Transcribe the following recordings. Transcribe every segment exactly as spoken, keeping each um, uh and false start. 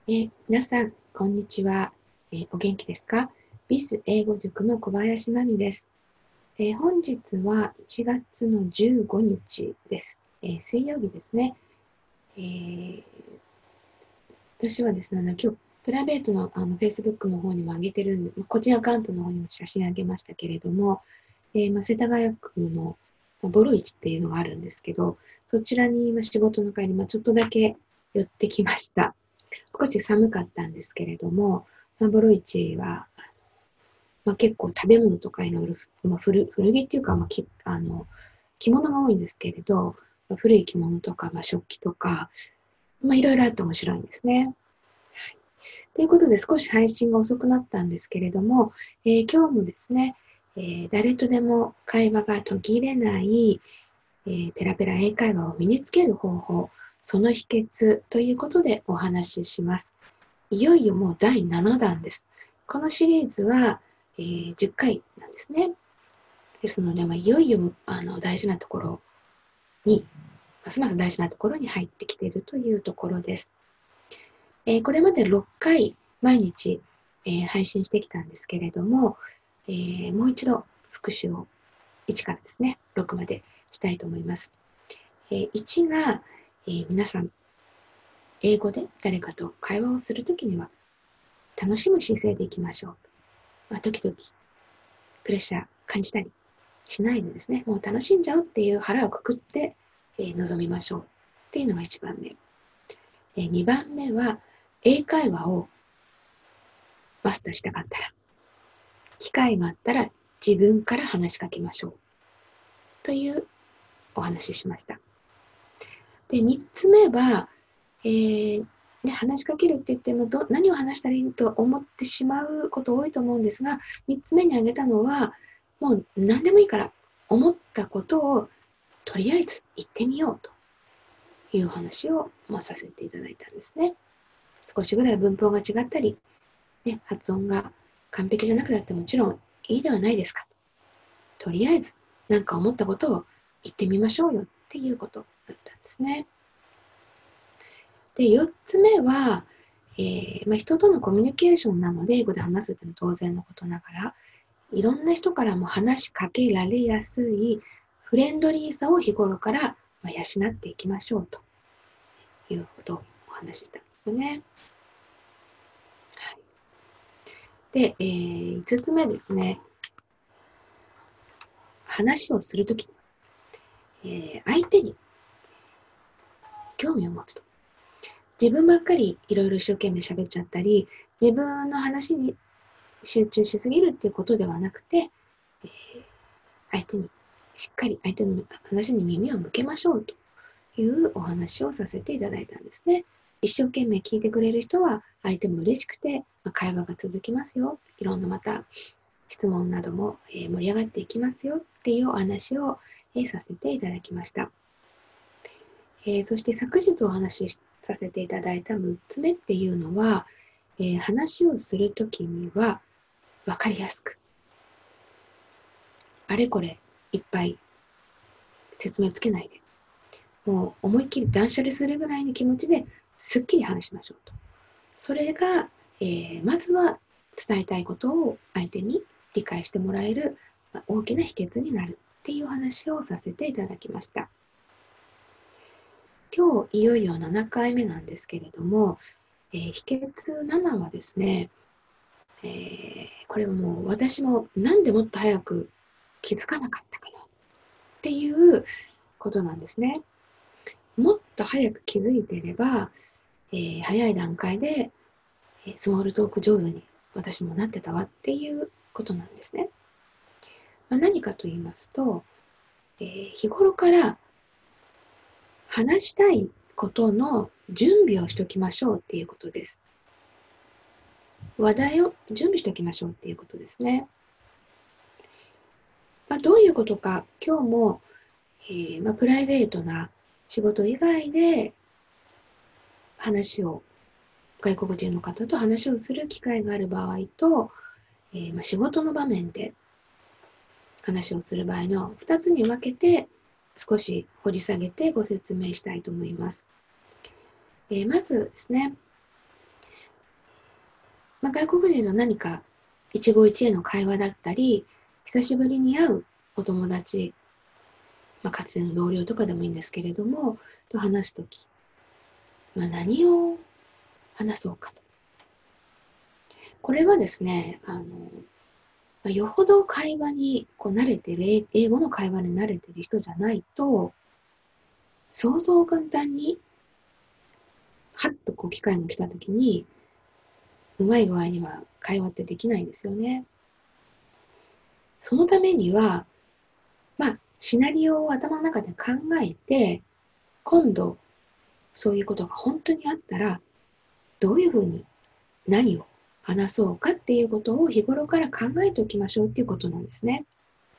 えー皆さん、こんにちは。えーお元気ですか？ビス英語塾の小林真美です。えー本日はいちがつのじゅうごにちです。えー水曜日ですね。えー私はですね、あの今日、プライベートのあの Facebook の方にも上げてるんで、個人アカウントの方にも写真上げましたけれども、えーまあ、世田谷区のまあボロ市っていうのがあるんですけど、そちらに今仕事の帰り、まあ、ちょっとだけ寄ってきました。少し寒かったんですけれども、まあ、ボロ市は、まあ、結構食べ物とかいろいろ、まあ、古古着っていうか、まあ、きあの着物が多いんですけれど、まあ、古い着物とか、まあ、食器とか、まあ、いろいろあって面白いんですね。ということで少し配信が遅くなったんですけれども、えー今日もですね、えー誰とでも会話が途切れない、えーペラペラ英会話を身につける方法、その秘訣ということでお話しします。いよいよもうだいななだんです。このシリーズは、えーじゅっかいなんですね。ですので、まあ、いよいよあの大事なところに、ますます大事なところに入ってきているというところです。えーこれまでろっかい毎日、えー配信してきたんですけれども、えーもう一度復習をいちからですね、ろくまでしたいと思います。えーいちが、えー皆さん、英語で誰かと会話をするときには楽しむ姿勢でいきましょう。まあ、時々プレッシャー感じたりしないでですね、もう楽しんじゃうっていう腹をくくって、えー臨みましょうっていうのがいちばんめ。えーにばんめは、英会話をマスターしたかったら、機会があったら自分から話しかけましょうというお話ししました。で、みっつめは、えーね、話しかけるって言ってもど何を話したらいいと思ってしまうこと多いと思うんですが、みっつめに挙げたのは、もう何でもいいから思ったことをとりあえず言ってみようという話を、まあ、させていただいたんですね。少しぐらい文法が違ったり、ね、発音が完璧じゃなくなってもちろんいいではないですか。とりあえず何か思ったことを言ってみましょうよっていうことだったんですね。で、よっつめは、えーまあ、人とのコミュニケーションなので英語で話すというのは当然のことながら、いろんな人からも話しかけられやすいフレンドリーさを日頃から養っていきましょうということをお話ししたんですね。はい、で、えー、いつつめですね、話をするとき、えー、相手に興味を持つと。自分ばっかりいろいろ一生懸命喋っちゃったり、自分の話に集中しすぎるっていうことではなくて、えー相手にしっかり相手の話に耳を向けましょうというお話をさせていただいたんですね。一生懸命聞いてくれる人は相手も嬉しくて、まあ、会話が続きますよ。いろんなまた質問なども、えー盛り上がっていきますよっていうお話を、えーさせていただきました。えーそして昨日お話しさせていただいたむっつめっていうのは、えー話をするときには分かりやすく、あれこれいっぱい説明つけないで、もう思いっきり断捨離するぐらいの気持ちですっきり話しましょうと。それが、えーまずは伝えたいことを相手に理解してもらえる大きな秘訣になるっていうお話をさせていただきました。今日いよいよななかいめなんですけれども、えー秘訣ななはですね、えーこれはもう私もなんでもっと早く気づかなかったかなっていうことなんですね。もっと早く気づいていれば、えー早い段階でスモールトーク上手に私もなってたわっていうことなんですね。まあ、何かと言いますと、えー日頃から話したいことの準備をしておきましょうっていうことです。話題を準備しておきましょうっていうことですね。まあ、どういうことか、今日も、えーまあ、プライベートな仕事以外で話を、外国人の方と話をする機会がある場合と、えーまあ、仕事の場面で話をする場合のふたつに分けて少し掘り下げてご説明したいと思います。えーまずですね、 まあ、外国人と何か一期一会の会話だったり、久しぶりに会うお友達、まあ、かつての同僚とかでもいいんですけれども、と話すとき、まあ、何を話そうかと。これはですね、あの、まあ、よほど会話にこう慣れてる、英語の会話に慣れてる人じゃないと、そうそう簡単に、はっとこう機会が来たときに、うまい具合には会話ってできないんですよね。そのためには、まあ、シナリオを頭の中で考えて、今度、そういうことが本当にあったら、どういうふうに何を話そうかっていうことを日頃から考えておきましょうっていうことなんですね。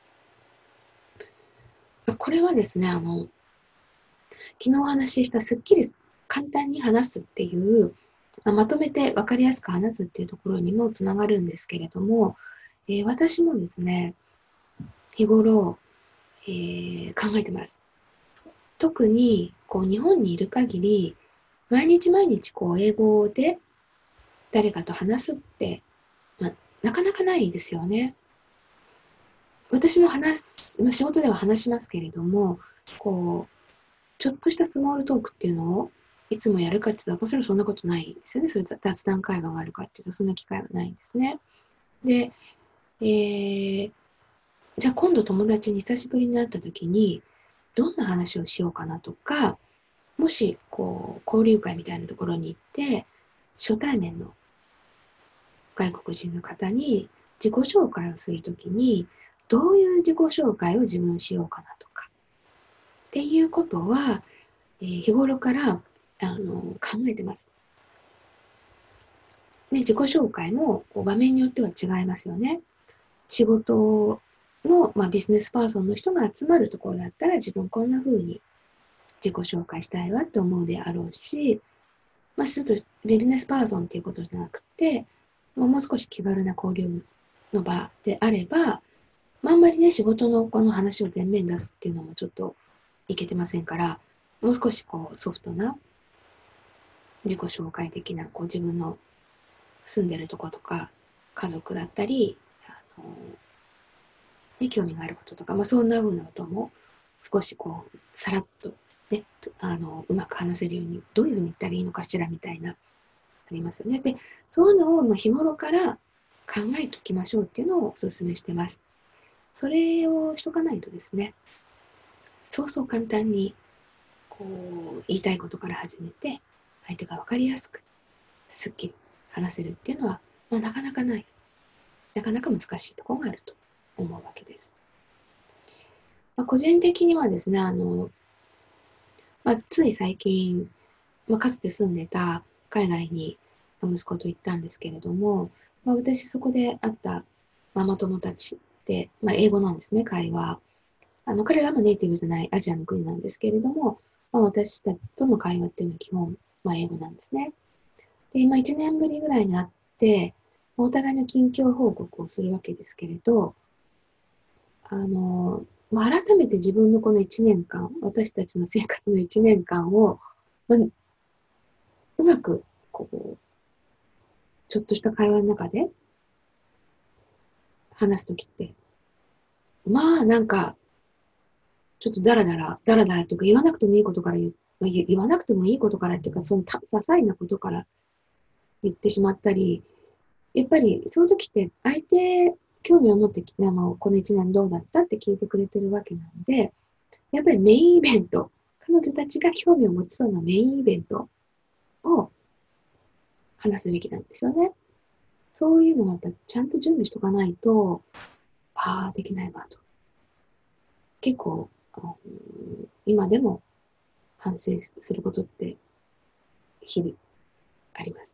これはですね、あの、昨日お話ししたすっきり簡単に話すっていう、まとめて分かりやすく話すっていうところにもつながるんですけれども、えー、私もですね、日頃、えー、考えてます。特にこう日本にいる限り、毎日毎日こう英語で誰かと話すって、まあ、なかなかないですよね。私も話す、まあ、仕事では話しますけれども、こう、ちょっとしたスモールトークっていうのをいつもやるかって言ったら、もちろんそんなことないんですよね。そういう雑談会話があるかっていうと、そんな機会はないんですね。で、えー、じゃあ今度友達に久しぶりに会った時に、どんな話をしようかなとか、もし、こう、交流会みたいなところに行って、初対面の外国人の方に自己紹介をするときに、どういう自己紹介を自分しようかなとか、っていうことは、えー日頃からあの考えてます。で、自己紹介もこう場面によっては違いますよね。仕事の、まあ、ビジネスパーソンの人が集まるところだったら、自分こんな風に自己紹介したいわって思うであろうし、まあ、ちょっとビジネスパーソンっていうことじゃなくて、もう少し気軽な交流の場であれば、まあ、あんまりね、仕事のこの話を前面に出すっていうのもちょっといけてませんから、もう少しこうソフトな自己紹介的なこう自分の住んでるとことか、家族だったり、あのね、興味があることとか、まあ、そんな風なことも少しこう、さらっと、ね、あのうまく話せるように、どういうふうに言ったらいいのかしらみたいな、ありますよね。で、そういうのをまあ日頃から考えておきましょうっていうのをお勧めしてます。それをしとかないとですね、そうそう簡単にこう言いたいことから始めて、相手が分かりやすく、すっきり話せるっていうのは、まあ、なかなかない、なかなか難しいところがあると思うわけです。まあ、個人的にはですね、あの、まあ、つい最近、まあ、かつて住んでた海外に息子と行ったんですけれども、まあ、私そこで会ったママ友たちって、まあ、英語なんですね、会話。あの彼らもネイティブじゃないアジアの国なんですけれども、まあ、私たちとの会話っていうのは基本、まあ、英語なんですね。で、今いちねんぶりぐらいに会って、お互いの近況報告をするわけですけれど、あの、まあ、改めて自分のこのいちねんかん、私たちの生活のいちねんかんを、まあ、うまく、こう、ちょっとした会話の中で話すときって、まあなんか、ちょっとダラダラ、ダラダラというか言わなくてもいいことから言う、まあ、言わなくてもいいことからっていうか、その些細なことから言ってしまったり、やっぱりそういう時って相手、興味を持ってきて、もこのいちねんどうだったって聞いてくれてるわけなので、やっぱりメインイベント、彼女たちが興味を持ちそうなメインイベントを話すべきなんですよね。そういうのもやっぱちゃんと準備しとかないと、ああ、できないわと。結構、あの今でも反省することって日々あります。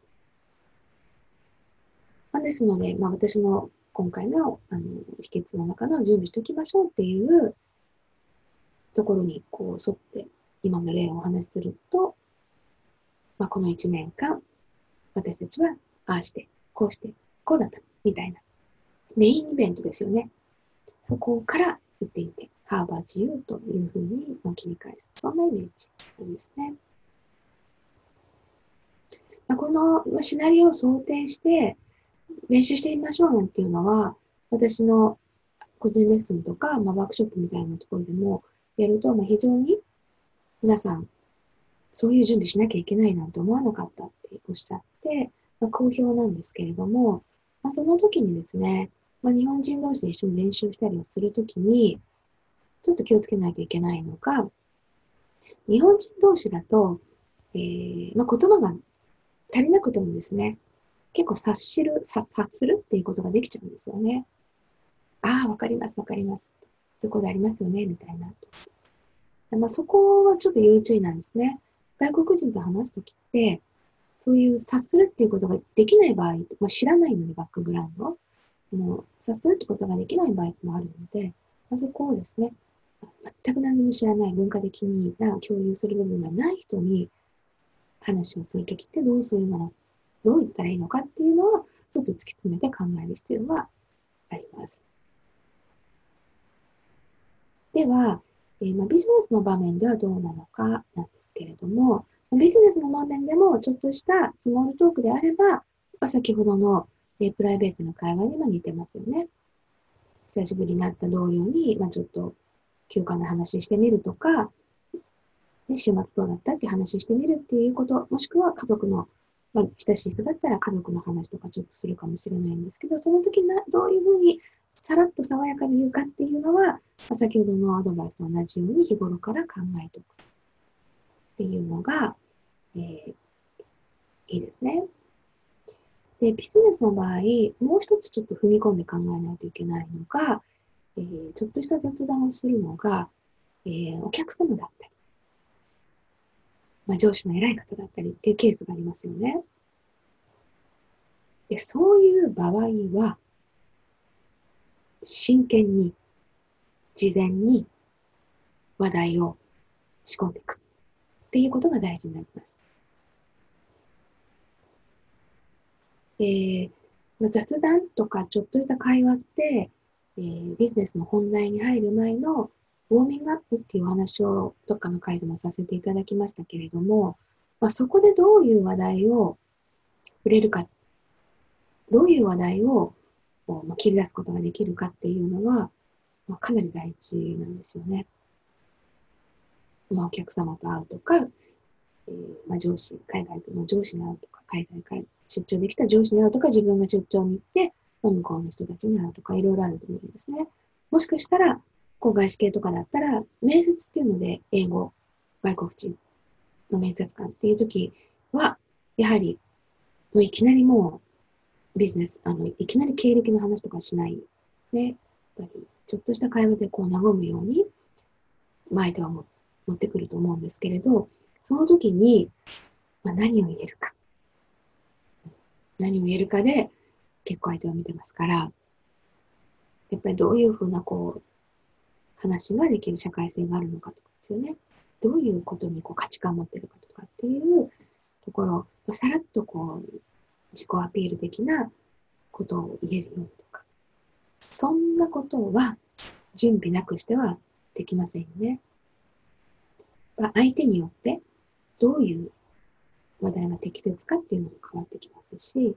まあ、ですので、まあ、私の今回のあの秘訣の中の準備しておきましょうっていうところにこう沿って今の例をお話しすると、まあ、このいちねんかん私たちはああして、こうして、こうだったみたいなメインイベントですよね。そこから言っていて、How about you? というふうに切り返す。そんなイメージなんですね。まあ、このシナリオを想定して、 練習してみましょうなんていうのは、私の個人レッスンとか、まあ、ワークショップみたいなところでもやると、まあ、非常に皆さん、そういう準備しなきゃいけないなんて思わなかったっておっしゃって、まあ、好評なんですけれども、まあ、その時にですね、まあ、日本人同士で一緒に練習したりをするときに、ちょっと気をつけないといけないのが、日本人同士だと、えーまあ、言葉が足りなくてもですね、結構察しる、察察するっていうことができちゃうんですよね。ああ、わかります、わかります。そういうことありますよね、みたいな。まあ、そこはちょっと要注意なんですね。外国人と話すときって、そういう察するっていうことができない場合、まあ、知らないので、バックグラウンド。もう察するってことができない場合もあるので、まあ、そこをですね、全く何も知らない文化的な共有する部分がない人に話をするときってどうするのか、どう言ったらいいのかっていうのは、ちょっと突き詰めて考える必要があります。では、えーまあ、ビジネスの場面ではどうなのかなんですけれども、ビジネスの場面でもちょっとしたスモールトークであれば、まあ、先ほどの、えープライベートの会話にも似てますよね。久しぶりに会った同僚に、まあ、ちょっと休暇の話してみるとか、ね、週末どうだったって話してみるっていうこと、もしくは家族の、まあ、親しい人だったら家族の話とかちょっとするかもしれないんですけど、その時にどういうふうにさらっと爽やかに言うかっていうのは、まあ、先ほどのアドバイスと同じように日頃から考えておくっていうのが、えー、いいですね。で、ビジネスの場合、もう一つちょっと踏み込んで考えないといけないのが、えー、ちょっとした雑談をするのが、えー、お客様だったり、まあ、上司の偉い方だったりっていうケースがありますよね。で、そういう場合は、真剣に、事前に話題を仕込んでいくっていうことが大事になります。で、雑談とかちょっとした会話って、えー、ビジネスの本題に入る前のウォーミングアップっていうお話をどっかの回でもさせていただきましたけれども、まあ、そこでどういう話題を触れるか、どういう話題をまあ、切り出すことができるかっていうのは、まあ、かなり大事なんですよね。まあ、お客様と会うとか、えーまあ、上司、海外の上司に会うとか、海外から出張できた上司に会うとか、自分が出張に行って、まあ、向こうの人たちに会うとか、いろいろあると思うんですね。もしかしたら、こう外資系とかだったら、面接っていうので、英語、外国人の面接官っていう時は、やはり、もういきなりもうビジネス、あの、いきなり経歴の話とかしない。ね。やっぱり、ちょっとした会話でこう和むように、相手はも持ってくると思うんですけれど、その時に、まあ、何を言えるか。何を言えるかで、結構相手を見てますから、やっぱりどういうふうな、こう、話ができる社会性があるのかとかですよね。どういうことにこう価値観を持ってるかとかっていうところ、まあ、さらっとこう、自己アピール的なことを言えるようにとか。そんなことは準備なくしてはできませんよね。相手によってどういう話題が適切かっていうのも変わってきますし、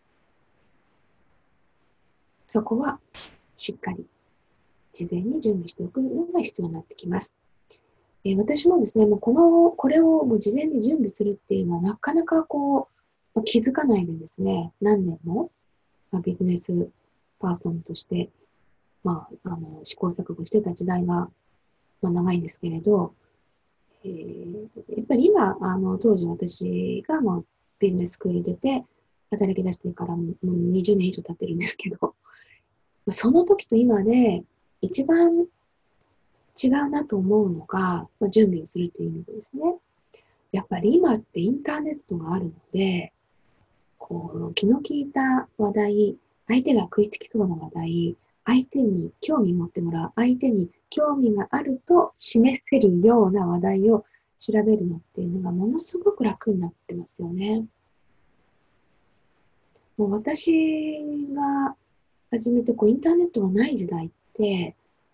そこはしっかり事前に準備しておくのが必要になってきます。えー、私もですね、もうこの、これをもう事前に準備するっていうのはなかなかこう、まあ、気づかないでですね、何年も、まあ、ビジネスパーソンとして、まあ、あの試行錯誤してた時代が、まあ、長いんですけれど、えー、やっぱり今、あの当時私がもうビジネススクール出て、働き出してからもうにじゅうねん以上経ってるんですけど、その時と今で一番違うなと思うのが、まあ、準備をするという意味でですね。やっぱり今ってインターネットがあるので、こう気の利いた話題、相手が食いつきそうな話題、相手に興味持ってもらう、相手に興味があると示せるような話題を調べるのっていうのがものすごく楽になってますよね。もう私が初めてこうインターネットがない時代って、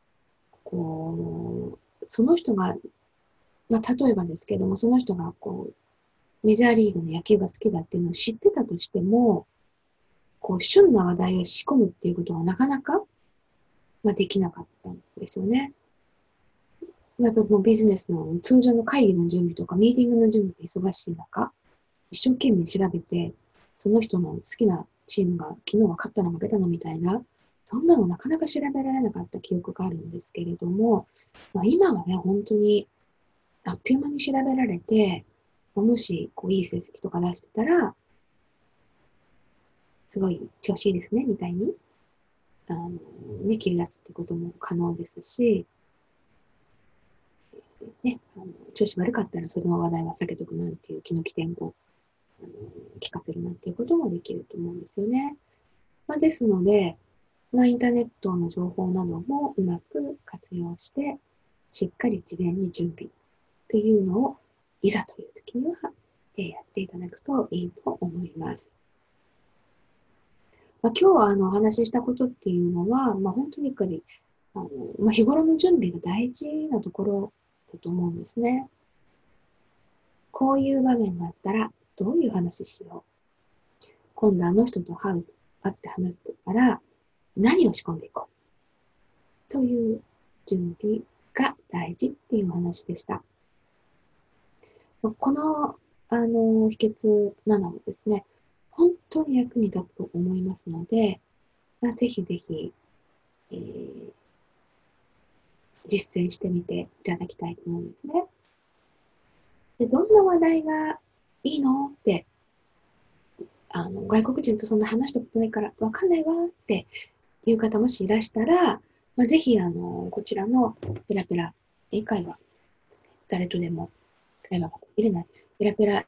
こう、その人が、まあ、例えばですけども、その人がこう、メジャーリーグの野球が好きだっていうのを知ってたとしても、 こう、旬な話題を仕込むっていうことはなかなか、まあ、できなかったんですよね。やっぱもうビジネスの通常の会議の準備とかミーティングの準備で忙しい中、一生懸命調べて、その人の好きなチームが昨日は勝ったの負けたのみたいな、そんなのなかなか調べられなかった記憶があるんですけれども、まあ、今はね、本当にあっという間に調べられて、もしこういい成績とか出してたら、すごい調子いいですね、みたいに、あの、ね、切り出すってことも可能ですし、ね、あの調子悪かったらその話題は避けとくなんていう気の利点をあの聞かせるなんていうこともできると思うんですよね。まあ、ですので、まあ、インターネットの情報などもうまく活用して、しっかり事前に準備というのをいざという時には、えーやっていただくといいと思います。まあ、今日はあのお話ししたことっていうのは、まあ、本当にやっぱりあの、まあ、日頃の準備が大事なところだと思うんですね。こういう場面があったらどういう話しよう。今度あの人と会う、会って話すたら何を仕込んでいこう。という準備が大事っていうお話でした。この、あの、秘訣なのもですね、本当に役に立つと思いますので、まあ、ぜひぜひ、えー、実践してみていただきたいと思うんですね。で、どんな話題がいいのって、あの、外国人とそんな話したことないからわかんないわっていう方もしいらしたら、まあ、ぜひ、あの、こちらのペラペラ英会話、誰とでも会話が途切れない、ペラペラ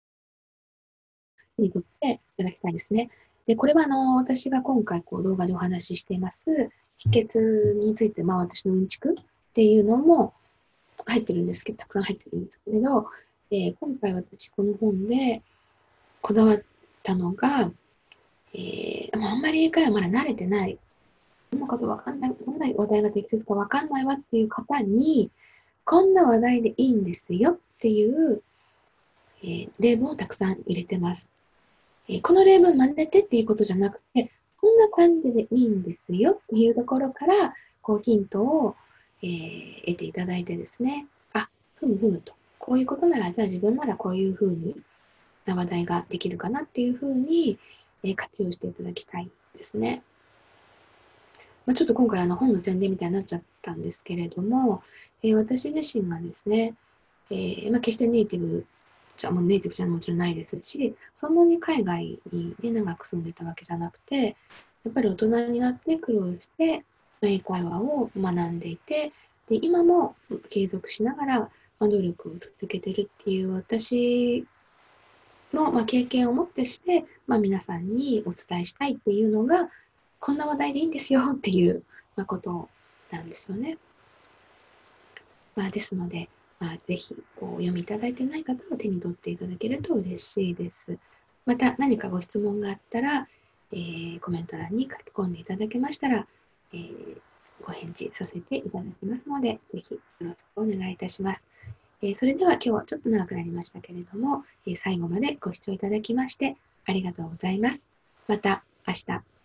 にとっていただきたいですね。で、これはあの、私が今回こう動画でお話ししています、秘訣について、まあ私のうんちくっていうのも入ってるんですけど、たくさん入ってるんですけれど、えー、今回私この本でこだわったのが、えー、あんまり英会話まだ慣れてない、どんなことわかんない、どんな話題が適切かわかんないわっていう方に、こんな話題でいいんですよっていう、えー、例文をたくさん入れてます。この例文真似てっていうことじゃなくて、こんな感じでいいんですよっていうところから、こうヒントを、えー、得ていただいてですね、あ、ふむふむと、こういうことなら、じゃあ自分ならこういうふうにな話題ができるかなっていうふうに、えー、活用していただきたいですね。まあ、ちょっと今回あの本の宣伝みたいになっちゃったんですけれども、えー、私自身がですね、えーまあ、決してネイティブじゃもうネイティブじゃもちろんないですし、そんなに海外に、ね、長く住んでたわけじゃなくて、やっぱり大人になって苦労して、英会話を学んでいて、で今も継続しながら、まあ、努力を続けてるっていう私の、まあ、経験をもってして、まあ、皆さんにお伝えしたいっていうのが、こんな話題でいいんですよっていう、まあ、ことなんですよね。まあ、ですので、まあ、ぜひこうお読みいただいてない方は手に取っていただけると嬉しいです。また何かご質問があったら、えー、コメント欄に書き込んでいただけましたら、えー、ご返事させていただきますので、ぜひよろしくお願いいたします。えー、それでは今日はちょっと長くなりましたけれども、えー、最後までご視聴いただきましてありがとうございます。また明日。